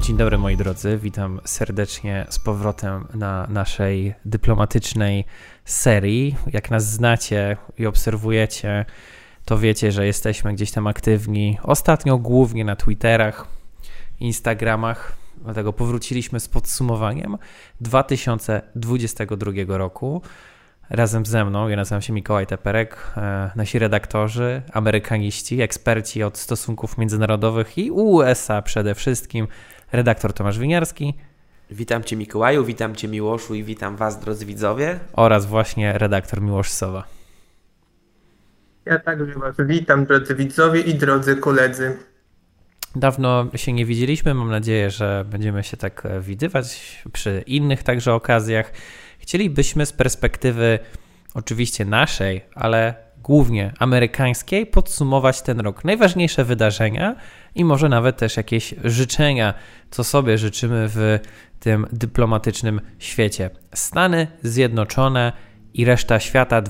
Dzień dobry moi drodzy, witam serdecznie z powrotem na naszej dyplomatycznej serii. Jak nas znacie i obserwujecie, to wiecie, że jesteśmy gdzieś tam aktywni. Ostatnio głównie na Twitterach, Instagramach, dlatego powróciliśmy z podsumowaniem 2022 roku. Razem ze mną, ja nazywam się Mikołaj Teperek, nasi redaktorzy, amerykaniści, eksperci od stosunków międzynarodowych i USA przede wszystkim, redaktor Tomasz Winiarski. Witam Cię Mikołaju, witam Cię Miłoszu i witam Was drodzy widzowie. Oraz właśnie redaktor Miłosz Sowa. Ja także Was witam drodzy widzowie i drodzy koledzy. Dawno się nie widzieliśmy, mam nadzieję, że będziemy się tak widywać przy innych także okazjach. Chcielibyśmy z perspektywy oczywiście naszej, ale głównie amerykańskiej podsumować ten rok. Najważniejsze wydarzenia i może nawet też jakieś życzenia, co sobie życzymy w tym dyplomatycznym świecie. Stany Zjednoczone i reszta świata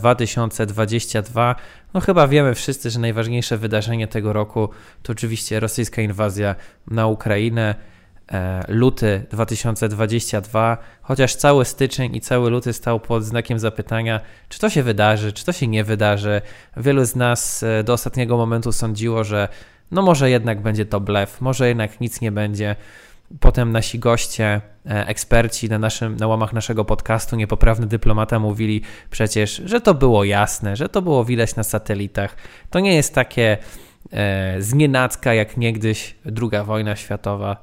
2022. No chyba wiemy wszyscy, że najważniejsze wydarzenie tego roku to oczywiście rosyjska inwazja na Ukrainę. Luty 2022, chociaż cały styczeń i cały luty stał pod znakiem zapytania, czy to się wydarzy, czy to się nie wydarzy. Wielu z nas do ostatniego momentu sądziło, że no może jednak będzie to blef, może jednak nic nie będzie. Potem nasi goście, eksperci na łamach naszego podcastu Niepoprawny Dyplomata mówili przecież, że to było jasne, że to było widać na satelitach. To nie jest takie znienacka jak niegdyś II wojna światowa.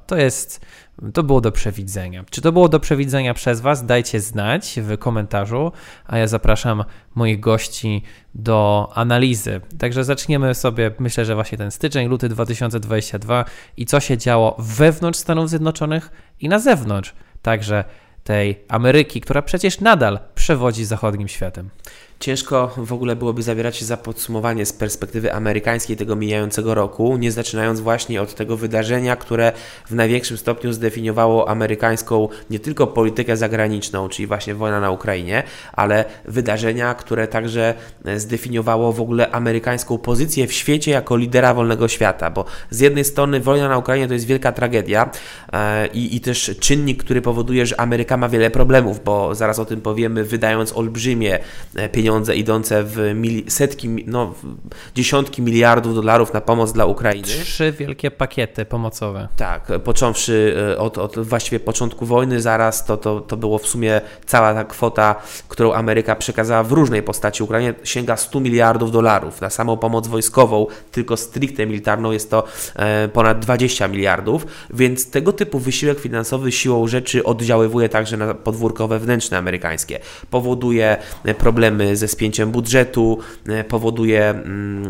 To było do przewidzenia. Czy to było do przewidzenia przez Was? Dajcie znać w komentarzu, a ja zapraszam moich gości do analizy. Także zaczniemy sobie, myślę, że właśnie ten styczeń, luty 2022 i co się działo wewnątrz Stanów Zjednoczonych i na zewnątrz także tej Ameryki, która przecież nadal przewodzi zachodnim światem. Ciężko w ogóle byłoby zabierać się za podsumowanie z perspektywy amerykańskiej tego mijającego roku, nie zaczynając właśnie od tego wydarzenia, które w największym stopniu zdefiniowało amerykańską nie tylko politykę zagraniczną, czyli właśnie wojna na Ukrainie, ale wydarzenia, które także zdefiniowało w ogóle amerykańską pozycję w świecie jako lidera wolnego świata, bo z jednej strony wojna na Ukrainie to jest wielka tragedia i też czynnik, który powoduje, że Ameryka ma wiele problemów, bo zaraz o tym powiemy, wydając olbrzymie pieniądze idące w dziesiątki miliardów dolarów na pomoc dla Ukrainy. 3 wielkie pakiety pomocowe. Tak, począwszy od właściwie początku wojny zaraz, to było w sumie cała ta kwota, którą Ameryka przekazała w różnej postaci Ukrainie, sięga 100 miliardów dolarów. Na samą pomoc wojskową, tylko stricte militarną jest to ponad 20 miliardów, więc tego typu wysiłek finansowy siłą rzeczy oddziaływuje także na podwórko wewnętrzne amerykańskie. Powoduje problemy ze spięciem budżetu, powoduje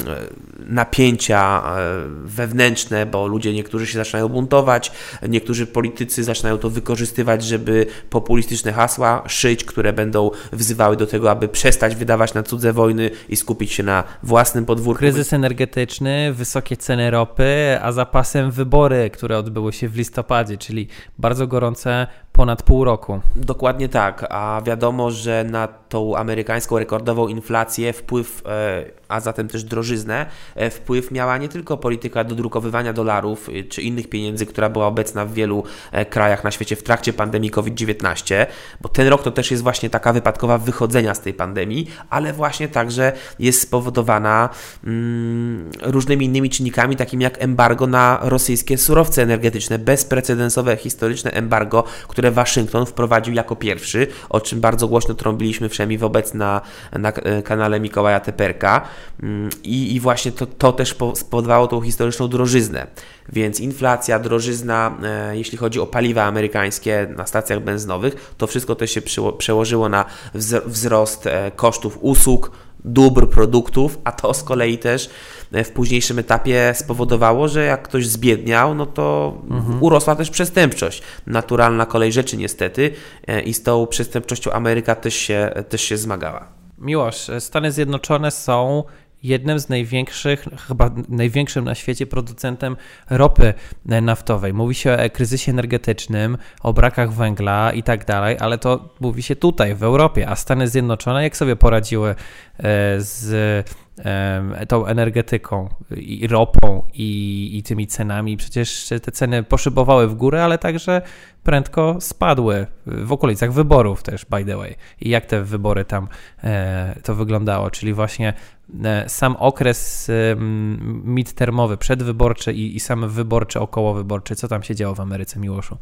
napięcia wewnętrzne, bo niektórzy się zaczynają buntować, niektórzy politycy zaczynają to wykorzystywać, żeby populistyczne hasła szyć, które będą wzywały do tego, aby przestać wydawać na cudze wojny i skupić się na własnym podwórku. Kryzys energetyczny, wysokie ceny ropy, a zapasem wybory, które odbyły się w listopadzie, czyli bardzo gorące ponad pół roku. Dokładnie tak, a wiadomo, że na tą amerykańską rekordową inflację wpływ, a zatem też drożyznę, wpływ miała nie tylko polityka dodrukowywania dolarów czy innych pieniędzy, która była obecna w wielu krajach na świecie w trakcie pandemii COVID-19, bo ten rok to też jest właśnie taka wypadkowa wychodzenia z tej pandemii, ale właśnie także jest spowodowana różnymi innymi czynnikami, takimi jak embargo na rosyjskie surowce energetyczne, bezprecedensowe, historyczne embargo, które Waszyngton wprowadził jako pierwszy, o czym bardzo głośno trąbiliśmy przynajmniej wobec na kanale Mikołaja Teperka i właśnie to też spowodowało tą historyczną drożyznę. Więc inflacja, drożyzna, jeśli chodzi o paliwa amerykańskie na stacjach benzynowych, to wszystko też się przełożyło na wzrost kosztów usług, dóbr, produktów, a to z kolei też w późniejszym etapie spowodowało, że jak ktoś zbiedniał, no to urosła też przestępczość. Naturalna kolej rzeczy niestety i z tą przestępczością Ameryka też się zmagała. Miłosz, Stany Zjednoczone są jednym z największych, chyba największym na świecie producentem ropy naftowej. Mówi się o kryzysie energetycznym, o brakach węgla i tak dalej, ale to mówi się tutaj, w Europie, a Stany Zjednoczone jak sobie poradziły z tą energetyką i ropą i tymi cenami. Przecież te ceny poszybowały w górę, ale także prędko spadły w okolicach wyborów też, by the way. I jak te wybory tam to wyglądało, czyli właśnie sam okres midtermowy, przedwyborczy i sam wyborczy, okołowyborczy. Co tam się działo w Ameryce, Miłoszu?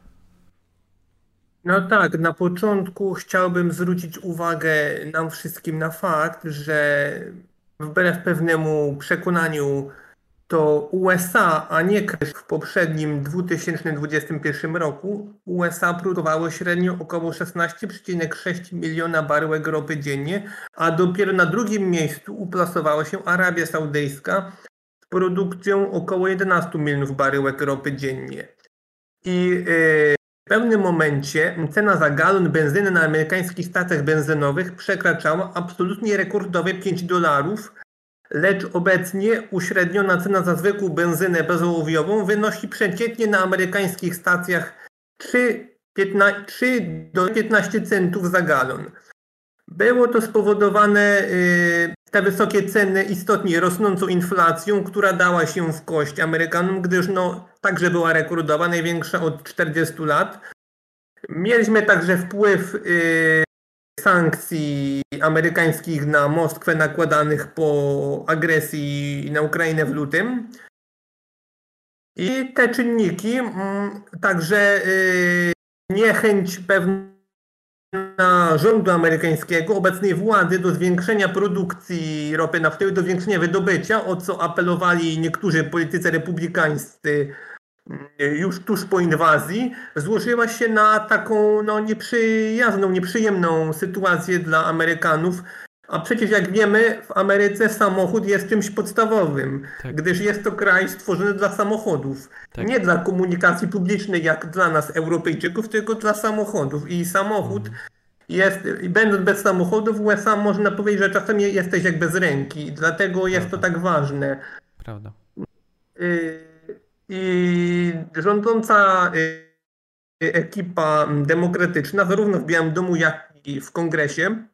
No tak, na początku chciałbym zwrócić uwagę nam wszystkim na fakt, że wbrew pewnemu przekonaniu to USA, a nie kraj w poprzednim 2021 roku, USA produkowało średnio około 16,6 miliona baryłek ropy dziennie, a dopiero na drugim miejscu uplasowała się Arabia Saudyjska z produkcją około 11 milionów baryłek ropy dziennie. I w pewnym momencie cena za galon benzyny na amerykańskich stacjach benzynowych przekraczała absolutnie rekordowe $5, lecz obecnie uśredniona cena za zwykłą benzynę bezołowiową wynosi przeciętnie na amerykańskich stacjach 3 do 15 centów za galon. Było to spowodowane te wysokie ceny istotnie rosnącą inflacją, która dała się w kość Amerykanom, gdyż także była rekordowa, największa od 40 lat. Mieliśmy także wpływ sankcji amerykańskich na Moskwę nakładanych po agresji na Ukrainę w lutym. I te czynniki, także niechęć pewna rządu amerykańskiego, obecnej władzy do zwiększenia produkcji ropy naftowej, do zwiększenia wydobycia, o co apelowali niektórzy politycy republikańscy już tuż po inwazji, złożyła się na taką nieprzyjazną, nieprzyjemną sytuację dla Amerykanów. A przecież jak wiemy, w Ameryce samochód jest czymś podstawowym, gdyż jest to kraj stworzony dla samochodów. Nie dla komunikacji publicznej jak dla nas Europejczyków, tylko dla samochodów. I samochód jest, będąc bez samochodu w USA, można powiedzieć, że czasem jesteś jak bez ręki. I dlatego jest to tak ważne. Prawda. I rządząca ekipa demokratyczna, zarówno w Białym Domu, jak i w Kongresie,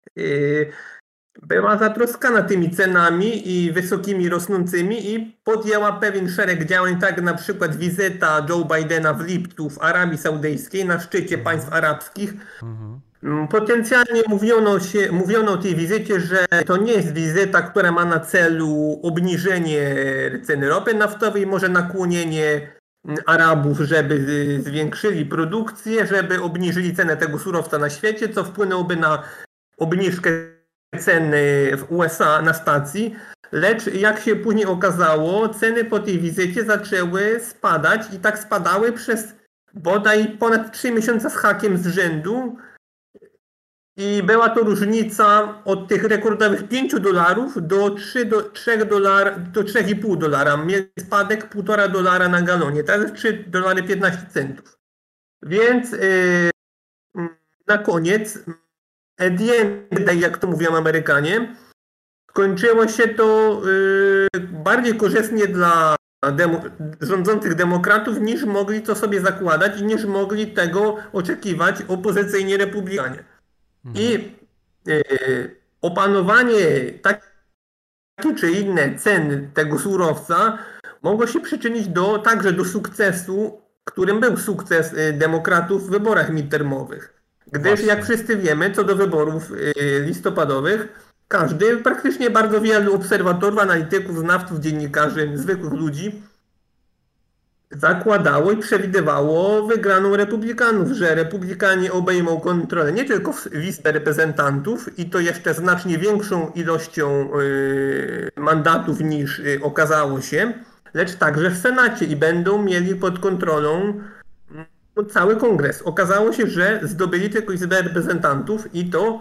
była zatroskana tymi cenami i wysokimi rosnącymi i podjęła pewien szereg działań, tak na przykład wizyta Joe Bidena w lipcu w Arabii Saudyjskiej na szczycie państw arabskich. Potencjalnie mówiono o tej wizycie, że to nie jest wizyta, która ma na celu obniżenie ceny ropy naftowej, może nakłonienie Arabów, żeby zwiększyli produkcję, żeby obniżyli cenę tego surowca na świecie, co wpłynęłoby na obniżkę ceny w USA na stacji. Lecz jak się później okazało, ceny po tej wizycie zaczęły spadać i tak spadały przez bodaj ponad 3 miesiące z hakiem z rzędu. I była to różnica od tych rekordowych $5 do $3 do $3,5. Mieli spadek $1,5 na galonie. Teraz $3,15. Więc na koniec at the end, jak to mówią Amerykanie, skończyło się to bardziej korzystnie dla rządzących demokratów, niż mogli to sobie zakładać i niż mogli tego oczekiwać opozycyjni republikanie. I opanowanie takie czy inne cen tego surowca mogło się przyczynić także do sukcesu, którym był sukces demokratów w wyborach midtermowych. Gdyż jak wszyscy wiemy, co do wyborów listopadowych, praktycznie bardzo wielu obserwatorów, analityków, znawców, dziennikarzy, zwykłych ludzi zakładało i przewidywało wygraną republikanów, że republikanie obejmą kontrolę nie tylko w Izbie Reprezentantów i to jeszcze znacznie większą ilością mandatów niż okazało się, lecz także w Senacie i będą mieli pod kontrolą cały Kongres. Okazało się, że zdobyli tylko Izbę Reprezentantów i to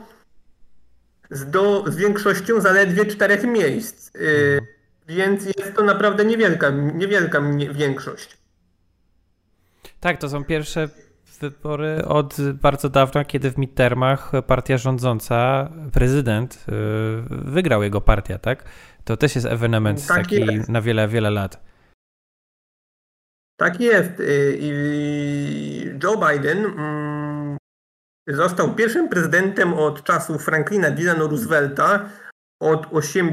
z większością zaledwie 4 miejsc. Więc jest to naprawdę niewielka większość. Tak, to są pierwsze wybory od bardzo dawna, kiedy w midtermach partia rządząca, prezydent, wygrał jego partia, tak? To też jest ewenement taki na wiele, wiele lat. Tak jest. I Joe Biden został pierwszym prezydentem od czasów Franklina Delano Roosevelta, od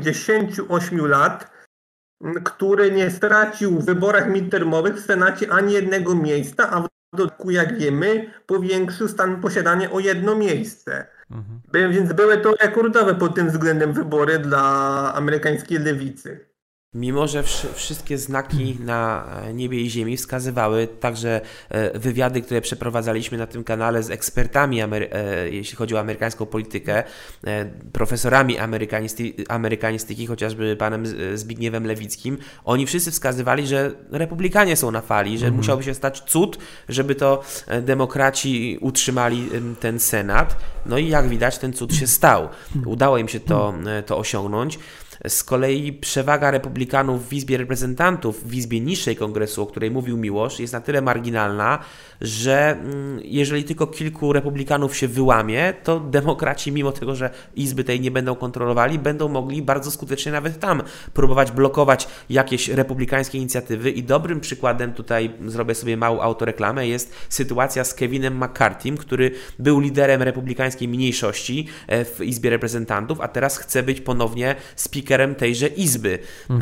88 lat, który nie stracił w wyborach midtermowych w Senacie ani jednego miejsca, a w dodatku, jak wiemy, powiększył stan posiadania o jedno miejsce. Więc były to rekordowe pod tym względem wybory dla amerykańskiej lewicy. Mimo że wszystkie znaki na niebie i ziemi wskazywały, także wywiady, które przeprowadzaliśmy na tym kanale z ekspertami, jeśli chodzi o amerykańską politykę, profesorami amerykanistyki, chociażby panem Zbigniewem Lewickim, oni wszyscy wskazywali, że republikanie są na fali, że musiałby się stać cud, żeby to demokraci utrzymali ten Senat. No i jak widać, ten cud się stał. Udało im się to osiągnąć. Z kolei przewaga republikanów w Izbie Reprezentantów, w Izbie niższej Kongresu, o której mówił Miłosz, jest na tyle marginalna, że jeżeli tylko kilku republikanów się wyłamie, to demokraci, mimo tego, że Izby tej nie będą kontrolowali, będą mogli bardzo skutecznie nawet tam próbować blokować jakieś republikańskie inicjatywy i dobrym przykładem, tutaj zrobię sobie małą autoreklamę, jest sytuacja z Kevinem McCarthym, który był liderem republikańskiej mniejszości w Izbie Reprezentantów, a teraz chce być ponownie speakerem tejże Izby,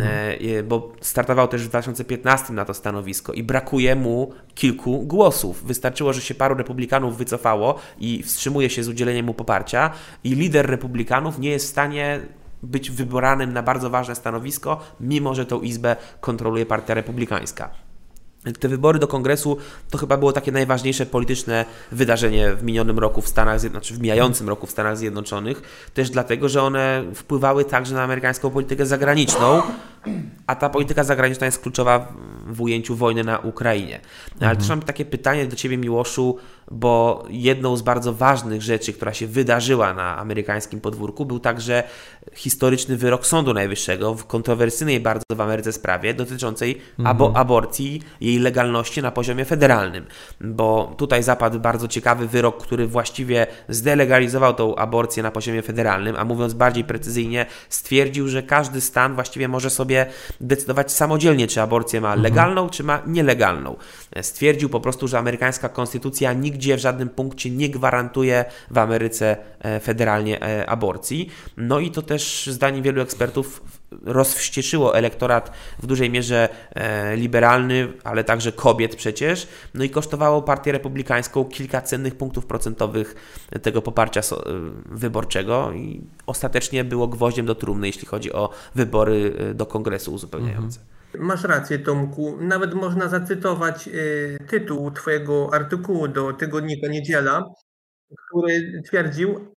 bo startował też w 2015 na to stanowisko i brakuje mu kilku głosów. Wystarczyło, że się paru republikanów wycofało i wstrzymuje się z udzieleniem mu poparcia i lider republikanów nie jest w stanie być wybranym na bardzo ważne stanowisko, mimo że tą Izbę kontroluje partia republikańska. Te wybory do Kongresu to chyba było takie najważniejsze polityczne wydarzenie w minionym roku w Stanach Zjednoczonych, w mijającym roku w Stanach Zjednoczonych, też dlatego, że one wpływały także na amerykańską politykę zagraniczną, a ta polityka zagraniczna jest kluczowa w ujęciu wojny na Ukrainie. Ale też mam takie pytanie do Ciebie, Miłoszu, bo jedną z bardzo ważnych rzeczy, która się wydarzyła na amerykańskim podwórku, był także historyczny wyrok Sądu Najwyższego w kontrowersyjnej bardzo w Ameryce sprawie dotyczącej aborcji, jej legalności na poziomie federalnym. Bo tutaj zapadł bardzo ciekawy wyrok, który właściwie zdelegalizował tą aborcję na poziomie federalnym, a mówiąc bardziej precyzyjnie, stwierdził, że każdy stan właściwie może sobie decydować samodzielnie, czy aborcję ma legalną, czy ma nielegalną. Stwierdził po prostu, że amerykańska konstytucja nigdzie w żadnym punkcie nie gwarantuje w Ameryce federalnie aborcji. No i to też zdaniem wielu ekspertów rozwścieczyło elektorat w dużej mierze liberalny, ale także kobiet przecież. No i kosztowało partię republikańską kilka cennych punktów procentowych tego poparcia wyborczego i ostatecznie było gwoździem do trumny, jeśli chodzi o wybory do Kongresu uzupełniające. Masz rację, Tomku. Nawet można zacytować tytuł Twojego artykułu do tygodnika Niedziela, który twierdził,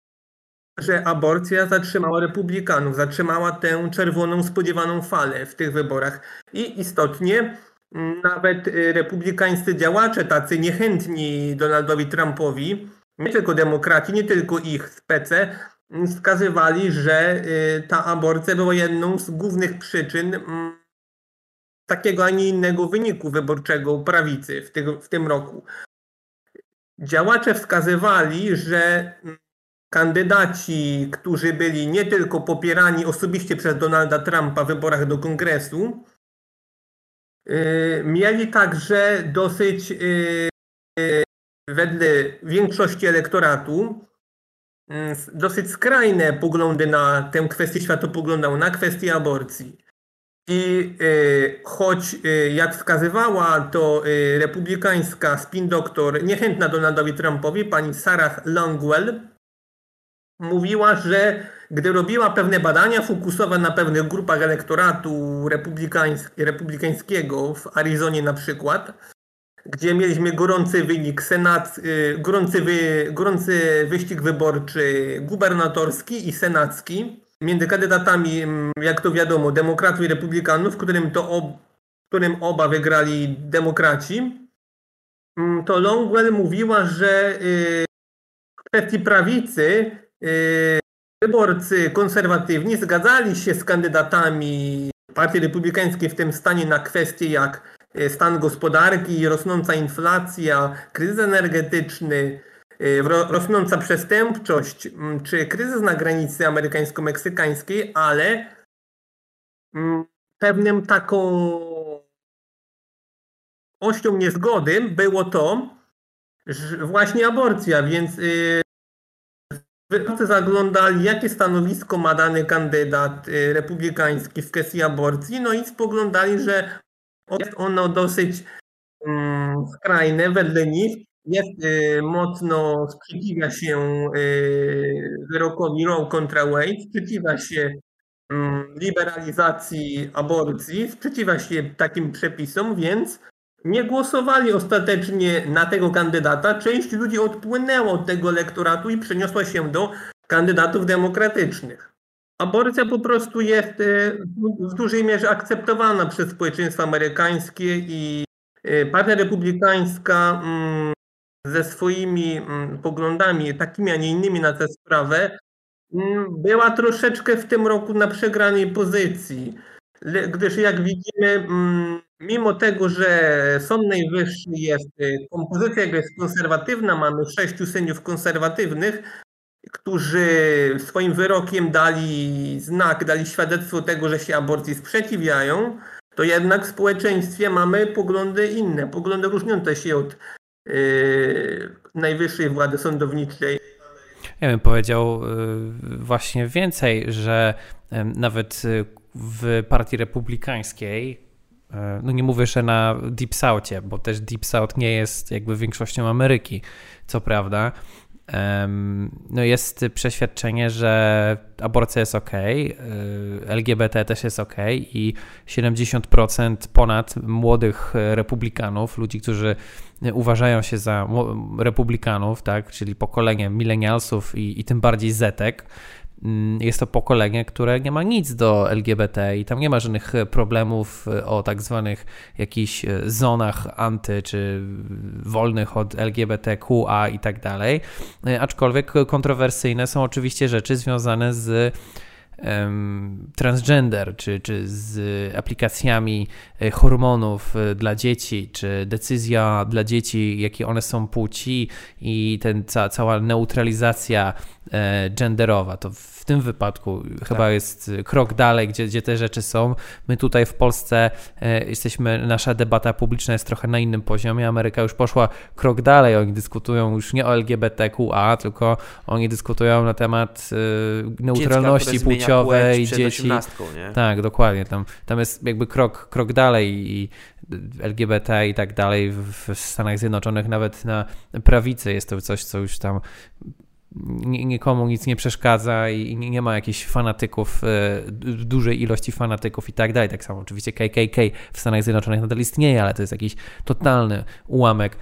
że aborcja zatrzymała republikanów, zatrzymała tę czerwoną spodziewaną falę w tych wyborach. I istotnie nawet republikańscy działacze, tacy niechętni Donaldowi Trumpowi, nie tylko demokraci, nie tylko ich spece, wskazywali, że ta aborcja była jedną z głównych przyczyn takiego, a nie innego wyniku wyborczego prawicy w tym roku. Działacze wskazywali, że kandydaci, którzy byli nie tylko popierani osobiście przez Donalda Trumpa w wyborach do Kongresu, mieli także dosyć, wedle większości elektoratu, dosyć skrajne poglądy na tę kwestię światopoglądową, na kwestię aborcji. I choć, jak wskazywała to republikańska spin doktor niechętna Donaldowi Trumpowi, pani Sarah Longwell, mówiła, że gdy robiła pewne badania fokusowe na pewnych grupach elektoratu republikańskiego w Arizonie na przykład, gdzie mieliśmy gorący wynik gorący wyścig wyborczy gubernatorski i senacki między kandydatami, jak to wiadomo, demokratów i republikanów, w którym oba wygrali demokraci, to Longwell mówiła, że w kwestii prawicy wyborcy konserwatywni zgadzali się z kandydatami Partii Republikańskiej w tym stanie na kwestie jak stan gospodarki, rosnąca inflacja, kryzys energetyczny, rosnąca przestępczość czy kryzys na granicy amerykańsko-meksykańskiej, ale pewnym taką ością niezgody było to, że właśnie aborcja, więc Wyborcy zaglądali, jakie stanowisko ma dany kandydat republikański w kwestii aborcji, no i spoglądali, że jest ono dosyć skrajne wedle nich. Mocno sprzeciwia się wyrokowi Roe kontra Wade, sprzeciwia się liberalizacji aborcji, sprzeciwia się takim przepisom, więc nie głosowali ostatecznie na tego kandydata. Część ludzi odpłynęła od tego elektoratu i przeniosła się do kandydatów demokratycznych. Aborcja po prostu jest w dużej mierze akceptowana przez społeczeństwo amerykańskie i Partia Republikańska ze swoimi poglądami takimi, a nie innymi na tę sprawę była troszeczkę w tym roku na przegranej pozycji, gdyż jak widzimy, mimo tego, że Sąd Najwyższy jest, kompozycja jest konserwatywna, mamy 6 sędziów konserwatywnych, którzy swoim wyrokiem dali znak, dali świadectwo tego, że się aborcji sprzeciwiają, to jednak w społeczeństwie mamy poglądy inne, poglądy różniące się od najwyższej władzy sądowniczej. Ja bym powiedział właśnie więcej, że nawet w partii republikańskiej, no nie mówię, że na Deep Southie, bo też Deep South nie jest jakby większością Ameryki, co prawda, no jest przeświadczenie, że aborcja jest ok, LGBT też jest ok i 70% ponad młodych republikanów, ludzi, którzy uważają się za republikanów, tak, czyli pokolenie millennialsów i tym bardziej Zetek, jest to pokolenie, które nie ma nic do LGBT i tam nie ma żadnych problemów o tak zwanych jakichś zonach anty czy wolnych od LGBTQA i tak dalej. Aczkolwiek kontrowersyjne są oczywiście rzeczy związane z transgender, czy z aplikacjami hormonów dla dzieci, czy decyzja dla dzieci, jakie one są płci i cała neutralizacja genderowa. To w tym wypadku chyba jest krok dalej, gdzie te rzeczy są. My tutaj w Polsce nasza debata publiczna jest trochę na innym poziomie. Ameryka już poszła krok dalej. Oni dyskutują już nie o LGBTQA, tylko oni dyskutują na temat neutralności płciowej dzieci. Nie? Tak, dokładnie. Tam jest jakby krok dalej i LGBT i tak dalej w Stanach Zjednoczonych, nawet na prawicy jest to coś, co już tam nikomu nic nie przeszkadza i nie ma jakichś fanatyków, dużej ilości fanatyków i tak dalej. Tak samo oczywiście KKK w Stanach Zjednoczonych nadal istnieje, ale to jest jakiś totalny ułamek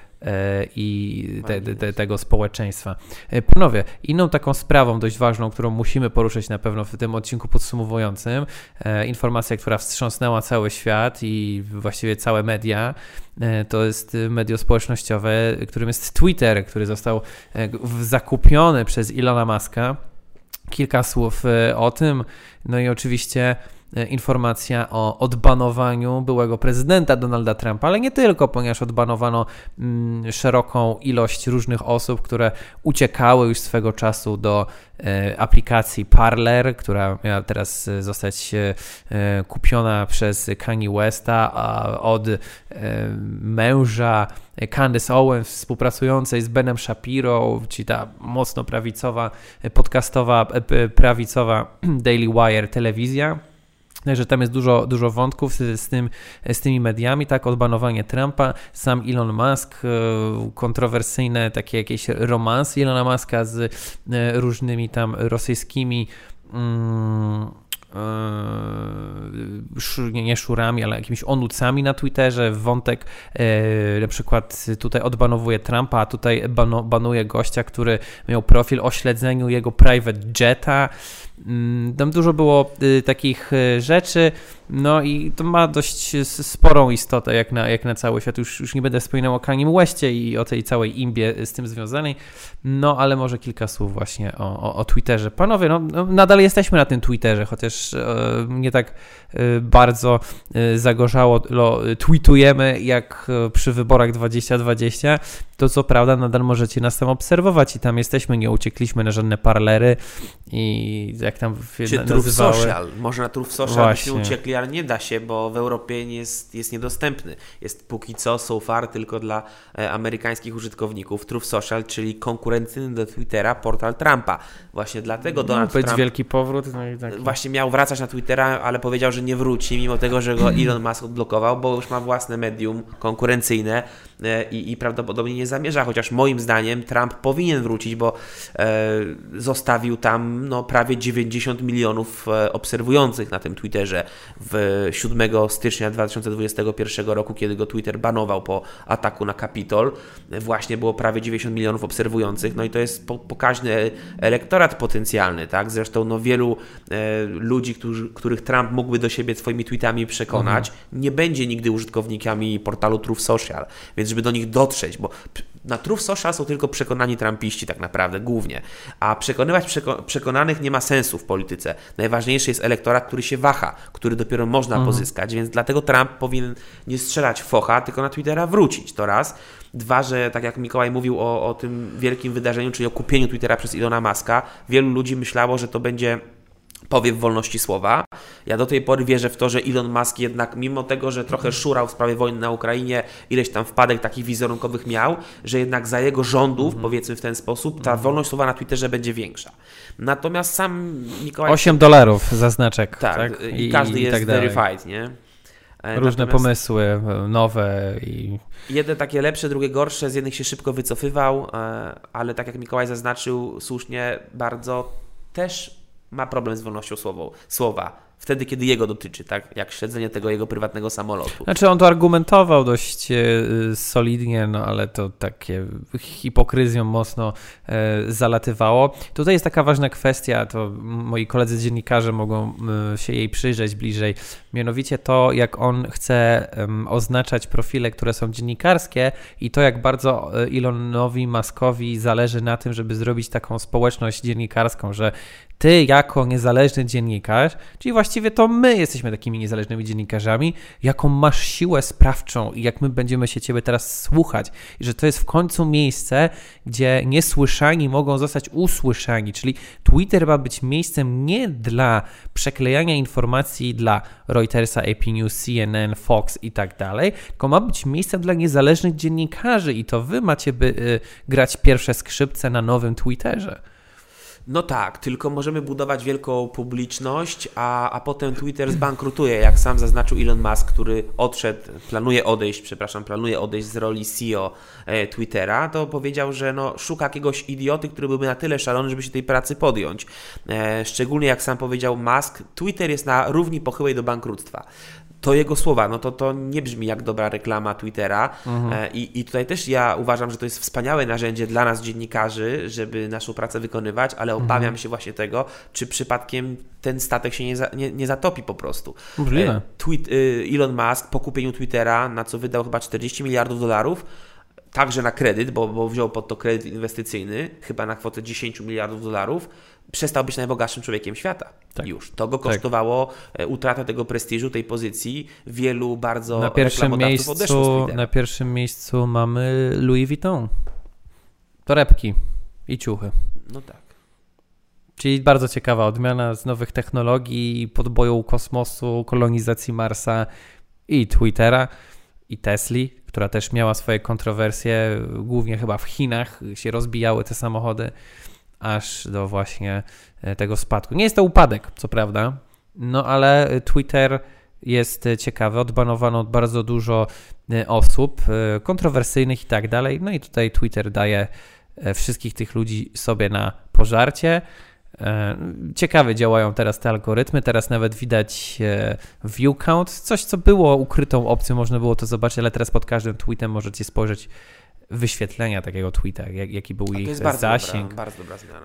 tego społeczeństwa. Panowie, inną taką sprawą dość ważną, którą musimy poruszyć na pewno w tym odcinku podsumowującym, informacja, która wstrząsnęła cały świat i właściwie całe media, to jest medio społecznościowe, którym jest Twitter, który został zakupiony przez Elona Muska. Kilka słów o tym, no i oczywiście informacja o odbanowaniu byłego prezydenta Donalda Trumpa, ale nie tylko, ponieważ odbanowano szeroką ilość różnych osób, które uciekały już swego czasu do aplikacji Parler, która miała teraz zostać kupiona przez Kanye Westa, a od męża Candace Owens, współpracującej z Benem Shapiro, czyli ta mocno prawicowa, podcastowa, prawicowa Daily Wire telewizja. Także tam jest dużo wątków z tymi mediami, tak, odbanowanie Trumpa, sam Elon Musk, kontrowersyjne takie jakieś romanse Elona Muska z różnymi tam rosyjskimi nie szurami, ale jakimiś onucami na Twitterze, wątek na przykład tutaj odbanowuje Trumpa, a tutaj banuje gościa, który miał profil o śledzeniu jego private jeta. Tam dużo było takich rzeczy, no i to ma dość sporą istotę jak na cały świat. Już nie będę wspominał o Kanye Westie i o tej całej imbie z tym związanej, no ale może kilka słów właśnie o Twitterze. Panowie, no nadal jesteśmy na tym Twitterze, chociaż też nie tak bardzo zagorzało tweetujemy jak przy wyborach 2020, to co prawda nadal możecie nas tam obserwować i tam jesteśmy, nie uciekliśmy na żadne parlery i jak tam czy Truth Social, może na Truth Social byśmy uciekli, ale nie da się, bo w Europie jest niedostępny. Jest póki co, so far, tylko dla amerykańskich użytkowników. Truth Social, czyli konkurencyjny do Twittera portal Trumpa. Właśnie dlatego Donald Trump wielki powrót. No i tak. Właśnie miał wracać na Twittera, ale powiedział, że nie wróci, mimo tego, że go Elon Musk odblokował, bo już ma własne medium konkurencyjne i prawdopodobnie nie zamierza, chociaż moim zdaniem Trump powinien wrócić, bo zostawił tam prawie 90 milionów obserwujących na tym Twitterze w 7 stycznia 2021 roku, kiedy go Twitter banował po ataku na Capitol. Właśnie było prawie 90 milionów obserwujących, no i to jest pokaźny elektorat potencjalny, tak? Zresztą wielu ludzi, których Trump mógłby do siebie swoimi tweetami przekonać, nie będzie nigdy użytkownikami portalu Truth Social, więc żeby do nich dotrzeć, bo na Truth Social są tylko przekonani trumpiści tak naprawdę, głównie, a przekonywać przekonanych nie ma sensu w polityce. Najważniejszy jest elektorat, który się waha, który dopiero można pozyskać, więc dlatego Trump powinien nie strzelać w focha, tylko na Twittera wrócić, to raz. Dwa, że tak jak Mikołaj mówił o tym wielkim wydarzeniu, czyli o kupieniu Twittera przez Elona Muska, wielu ludzi myślało, że to będzie powiew wolności słowa. Ja do tej pory wierzę w to, że Elon Musk jednak, mimo tego, że trochę szurał w sprawie wojny na Ukrainie, ileś tam wpadek takich wizerunkowych miał, że jednak za jego rządów, powiedzmy w ten sposób, ta wolność słowa na Twitterze będzie większa. Natomiast sam Mikołaj... $8 za znaczek. Tak? I każdy jest tak verified, nie? Różne pomysły, nowe i... Jedne takie lepsze, drugie gorsze, z jednych się szybko wycofywał, ale tak jak Mikołaj zaznaczył słusznie bardzo, też ma problem z wolnością słowa. Wtedy, kiedy jego dotyczy, tak? Jak śledzenie tego jego prywatnego samolotu. Znaczy on to argumentował dość solidnie, ale to takie hipokryzją mocno zalatywało. Tutaj jest taka ważna kwestia, to moi koledzy dziennikarze mogą się jej przyjrzeć bliżej, mianowicie to, jak on chce oznaczać profile, które są dziennikarskie i to, jak bardzo Elonowi Muskowi zależy na tym, żeby zrobić taką społeczność dziennikarską, że ty jako niezależny dziennikarz, czyli właściwie to my jesteśmy takimi niezależnymi dziennikarzami, jaką masz siłę sprawczą i jak my będziemy się ciebie teraz słuchać. I że to jest w końcu miejsce, gdzie niesłyszani mogą zostać usłyszani, czyli Twitter ma być miejscem nie dla przeklejania informacji dla Reutersa, AP News, CNN, Fox i tak dalej, tylko ma być miejscem dla niezależnych dziennikarzy i to wy macie grać pierwsze skrzypce na nowym Twitterze. No tak, tylko możemy budować wielką publiczność, a potem Twitter zbankrutuje, jak sam zaznaczył Elon Musk, który planuje odejść z roli CEO Twittera, to powiedział, że szuka jakiegoś idioty, który byłby na tyle szalony, żeby się tej pracy podjąć. Szczególnie jak sam powiedział Musk, Twitter jest na równi pochyłej do bankructwa. To jego słowa, to nie brzmi jak dobra reklama Twittera. I tutaj też ja uważam, że to jest wspaniałe narzędzie dla nas dziennikarzy, żeby naszą pracę wykonywać, ale obawiam się właśnie tego, czy przypadkiem ten statek się nie zatopi po prostu. Możliwe. Elon Musk po kupieniu Twittera, na co wydał chyba $40 miliardów, także na kredyt, bo wziął pod to kredyt inwestycyjny, chyba na kwotę $10 miliardów, przestał być najbogatszym człowiekiem świata. Tak. Już. To go kosztowało utratę tego prestiżu, tej pozycji. Wielu bardzo reklamodawców odeszło z Twittera. Na pierwszym miejscu mamy Louis Vuitton. Torebki i ciuchy. No tak. Czyli bardzo ciekawa odmiana z nowych technologii, podboju kosmosu, kolonizacji Marsa i Twittera i Tesli, która też miała swoje kontrowersje, głównie chyba w Chinach się rozbijały te samochody, aż do właśnie tego spadku. Nie jest to upadek, co prawda, ale Twitter jest ciekawy, odbanowano bardzo dużo osób kontrowersyjnych i tak dalej, i tutaj Twitter daje wszystkich tych ludzi sobie na pożarcie. Ciekawie działają teraz te algorytmy, teraz nawet widać view count, coś co było ukrytą opcją, można było to zobaczyć, ale teraz pod każdym tweetem możecie spojrzeć wyświetlenia takiego tweeta, jaki był ich zasięg. Bardzo dobra zmiana.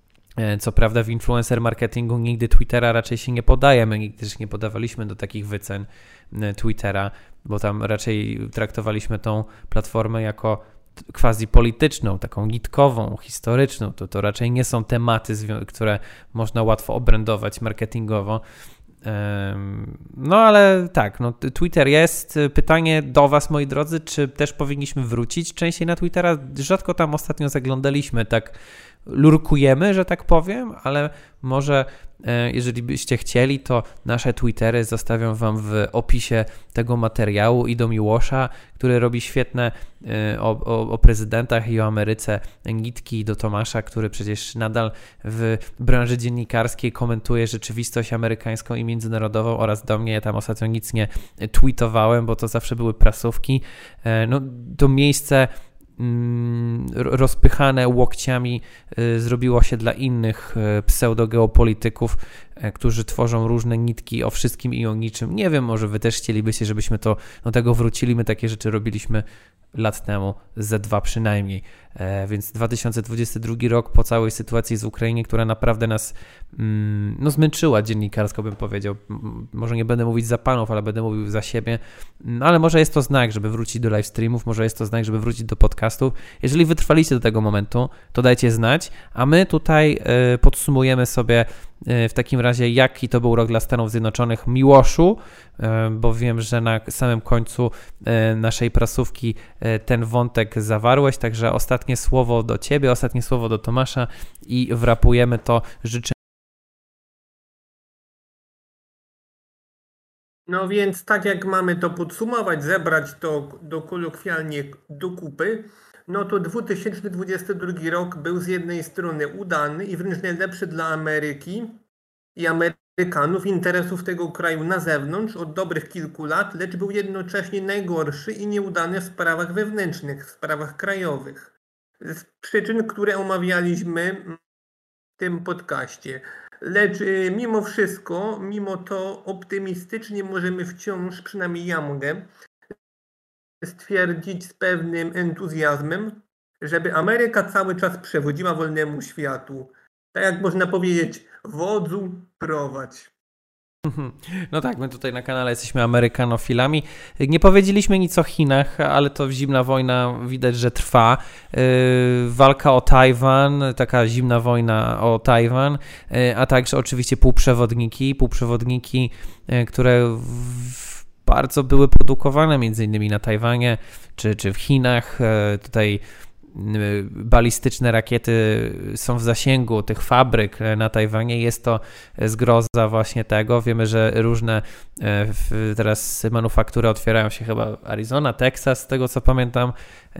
Co prawda w influencer marketingu nigdy Twittera raczej się nie podaje, my nigdy też nie podawaliśmy do takich wycen Twittera, bo tam raczej traktowaliśmy tą platformę jako quasi polityczną, taką nitkową, historyczną. To raczej nie są tematy, które można łatwo obrędować marketingowo. No ale tak, no, Twitter jest. Pytanie do Was, moi drodzy, czy też powinniśmy wrócić częściej na Twittera? Rzadko tam ostatnio zaglądaliśmy, tak lurkujemy, że tak powiem, ale może jeżeli byście chcieli, to nasze Twittery zostawiam Wam w opisie tego materiału i do Miłosza, który robi świetne o prezydentach i o Ameryce nitki, do Tomasza, który przecież nadal w branży dziennikarskiej komentuje rzeczywistość amerykańską i międzynarodową, oraz do mnie. Ja tam ostatnio nic nie tweetowałem, bo to zawsze były prasówki. No, to miejsce rozpychane łokciami zrobiło się dla innych pseudogeopolityków, którzy tworzą różne nitki o wszystkim i o niczym. Nie wiem, może wy też chcielibyście, żebyśmy do tego wrócili. My takie rzeczy robiliśmy lat temu, ze 2 przynajmniej. Więc 2022 rok po całej sytuacji z Ukrainie, która naprawdę nas zmęczyła dziennikarsko, bym powiedział. Może nie będę mówić za panów, ale będę mówił za siebie. Ale może jest to znak, żeby wrócić do live streamów, może jest to znak, żeby wrócić do podcastów. Jeżeli wytrwaliście do tego momentu, to dajcie znać, a my tutaj podsumujemy sobie w takim razie, jaki to był rok dla Stanów Zjednoczonych. Miłoszu, bo wiem, że na samym końcu naszej prasówki ten wątek zawarłeś, także ostatnie słowo do Ciebie, ostatnie słowo do Tomasza i wrapujemy to. Życzę. No więc tak jak mamy to podsumować, zebrać to kolokwialnie do kupy, no to 2022 rok był z jednej strony udany i wręcz najlepszy dla Ameryki i Amerykanów, interesów tego kraju na zewnątrz od dobrych kilku lat, lecz był jednocześnie najgorszy i nieudany w sprawach wewnętrznych, w sprawach krajowych. Z przyczyn, które omawialiśmy w tym podcaście. Lecz mimo wszystko, mimo to optymistycznie możemy wciąż, przynajmniej ja mogę, stwierdzić z pewnym entuzjazmem, żeby Ameryka cały czas przewodziła wolnemu światu. Tak jak można powiedzieć, wodzu prowadź. No tak, my tutaj na kanale jesteśmy amerykanofilami. Nie powiedzieliśmy nic o Chinach, ale to zimna wojna widać, że trwa. Walka o Tajwan, taka zimna wojna o Tajwan, a także oczywiście półprzewodniki, które bardzo były produkowane między innymi na Tajwanie czy w Chinach. Tutaj balistyczne rakiety są w zasięgu tych fabryk na Tajwanie. Jest to zgroza właśnie tego. Wiemy, że różne teraz manufaktury otwierają się, chyba Arizona, Teksas, z tego co pamiętam,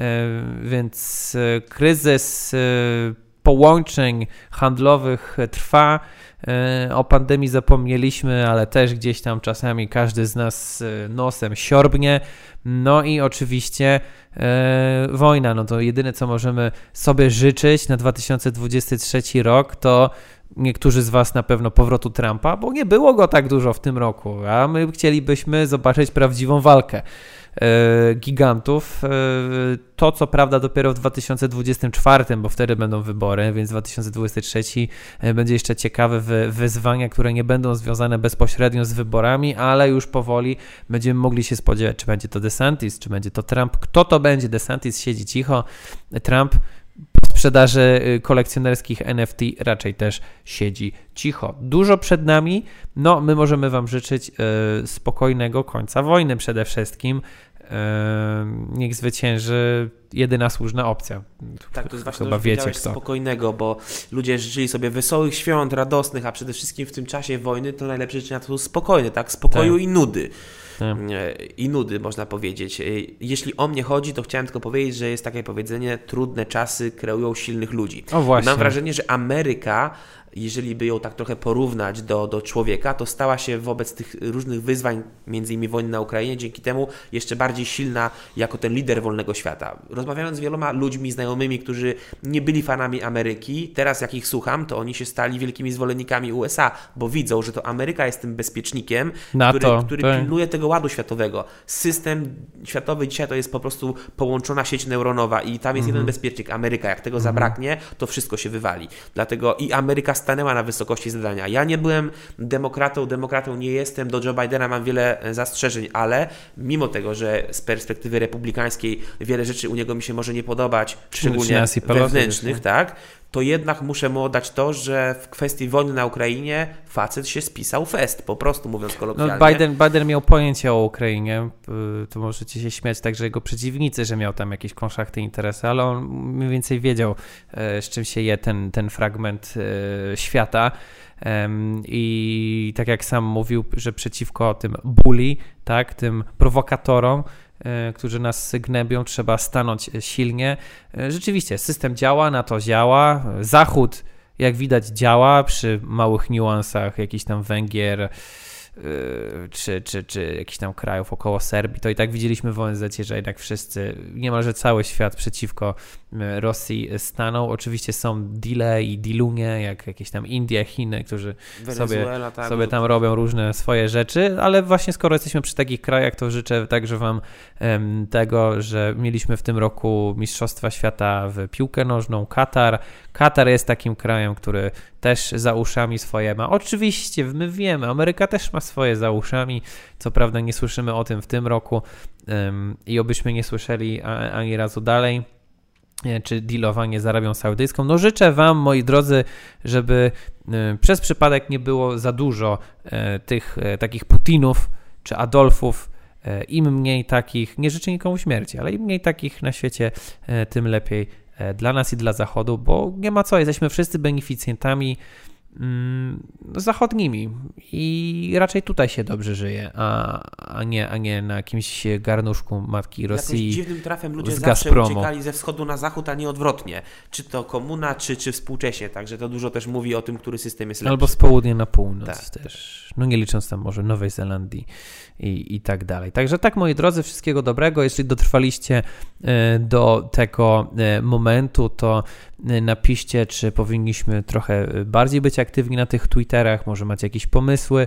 więc kryzys połączeń handlowych trwa. O pandemii zapomnieliśmy, ale też gdzieś tam czasami każdy z nas nosem siorbnie. No i oczywiście wojna. No to jedyne, co możemy sobie życzyć na 2023 rok, to niektórzy z Was na pewno powrotu Trumpa, bo nie było go tak dużo w tym roku, a my chcielibyśmy zobaczyć prawdziwą walkę gigantów. To co prawda dopiero w 2024, bo wtedy będą wybory, więc 2023 będzie jeszcze ciekawe wyzwania, które nie będą związane bezpośrednio z wyborami, ale już powoli będziemy mogli się spodziewać, czy będzie to DeSantis, czy będzie to Trump. Kto to będzie? DeSantis siedzi cicho, Trump po sprzedaży kolekcjonerskich NFT raczej też siedzi cicho. Dużo przed nami, no my możemy Wam życzyć spokojnego końca wojny przede wszystkim. Niech zwycięży jedyna słuszna opcja. Tak, to jest właśnie chyba to, wiecie kto. Spokojnego, bo ludzie życzyli sobie wesołych świąt, radosnych, a przede wszystkim w tym czasie wojny to najlepsze życzenia to są spokojne, tak? Spokoju i nudy. I nudy, można powiedzieć. Jeśli o mnie chodzi, to chciałem tylko powiedzieć, że jest takie powiedzenie: trudne czasy kreują silnych ludzi. O właśnie. Mam wrażenie, że Ameryka, jeżeli by ją tak trochę porównać do człowieka, to stała się wobec tych różnych wyzwań, między innymi wojny na Ukrainie, dzięki temu jeszcze bardziej silna jako ten lider wolnego świata. Rozmawiając z wieloma ludźmi, znajomymi, którzy nie byli fanami Ameryki, teraz jak ich słucham, to oni się stali wielkimi zwolennikami USA, bo widzą, że to Ameryka jest tym bezpiecznikiem, który pilnuje tego ładu światowego. System światowy dzisiaj to jest po prostu połączona sieć neuronowa i tam jest jeden bezpiecznik, Ameryka. Jak tego zabraknie, to wszystko się wywali. Dlatego i Ameryka stanęła na wysokości zadania. Ja nie byłem demokratą nie jestem, do Joe Bidena mam wiele zastrzeżeń, ale mimo tego, że z perspektywy republikańskiej wiele rzeczy u niego niego mi się może nie podobać, szczególnie Nancy Pelosi wewnętrznych, też, tak, to jednak muszę mu oddać to, że w kwestii wojny na Ukrainie facet się spisał fest, po prostu mówiąc kolokwialnie. Biden miał pojęcie o Ukrainie, to możecie się śmiać także jego przeciwnicy, że miał tam jakieś konszachty interesy, ale on mniej więcej wiedział, z czym się je ten fragment świata. I tak jak sam mówił, że przeciwko tym bully, tak, tym prowokatorom, którzy nas gnębią, trzeba stanąć silnie. Rzeczywiście, system działa, NATO działa, Zachód, jak działa przy małych niuansach, jakichś tam Węgier, czy jakichś tam krajów około Serbii, to i tak widzieliśmy w ONZ-cie, że jednak wszyscy, niemalże cały świat przeciwko Rosji stanął. Oczywiście są deale i dealunie, jak jakieś tam Indie, Chiny, którzy sobie tam robią różne swoje rzeczy, ale właśnie skoro jesteśmy przy takich krajach, to życzę także wam tego, że mieliśmy w tym roku Mistrzostwa Świata w piłkę nożną, Katar. Katar jest takim krajem, który też za uszami swoje ma. Oczywiście, my wiemy, Ameryka też ma swoje za uszami. Co prawda nie słyszymy o tym w tym roku i obyśmy nie słyszeli ani razu dalej, czy dealowanie z Arabią Saudyjską. No życzę wam, moi drodzy, żeby przez przypadek nie było za dużo tych takich Putinów czy Adolfów. Im mniej takich, nie życzę nikomu śmierci, ale im mniej takich na świecie, tym lepiej dla nas i dla Zachodu, bo nie ma co, jesteśmy wszyscy beneficjentami zachodnimi i raczej tutaj się dobrze żyje, a nie na jakimś garnuszku matki Rosji. Jakimś dziwnym trafem ludzie z zawsze Gazpromu uciekali ze wschodu na zachód, a nie odwrotnie. Czy to komuna, czy współcześnie. Także to dużo też mówi o tym, który system jest lepszy. Albo z południa na północ tak, też. No nie licząc tam może Nowej Zelandii i tak dalej. Także tak, moi drodzy, wszystkiego dobrego. Jeśli dotrwaliście do tego momentu, to napiszcie, czy powinniśmy trochę bardziej być aktywni na tych Twitterach, może macie jakieś pomysły.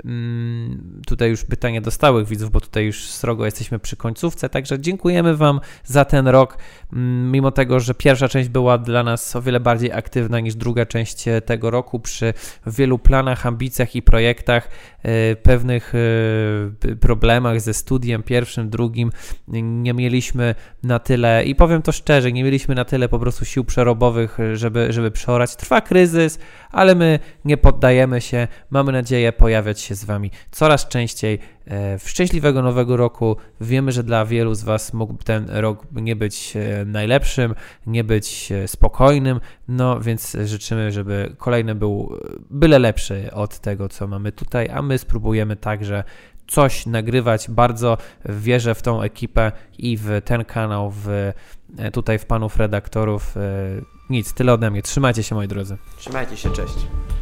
Tutaj już pytania do stałych widzów, bo tutaj już srogo jesteśmy przy końcówce, także dziękujemy wam za ten rok, mimo tego, że pierwsza część była dla nas o wiele bardziej aktywna niż druga część tego roku, przy wielu planach, ambicjach i projektach, pewnych problemach ze studiem pierwszym, drugim, nie mieliśmy na tyle, i powiem to szczerze, nie mieliśmy na tyle po prostu sił przerobowych, żeby przeorać. Trwa kryzys, ale my nie poddajemy się. Mamy nadzieję pojawiać się z wami coraz częściej. Szczęśliwego nowego roku. Wiemy, że dla wielu z was mógł ten rok nie być najlepszym, nie być spokojnym, no więc życzymy, żeby kolejny był byle lepszy od tego, co mamy tutaj, a my spróbujemy także coś nagrywać. Bardzo wierzę w tą ekipę i w ten kanał, tutaj w panów redaktorów. Nic, tyle ode mnie. Trzymajcie się, moi drodzy. Trzymajcie się, cześć.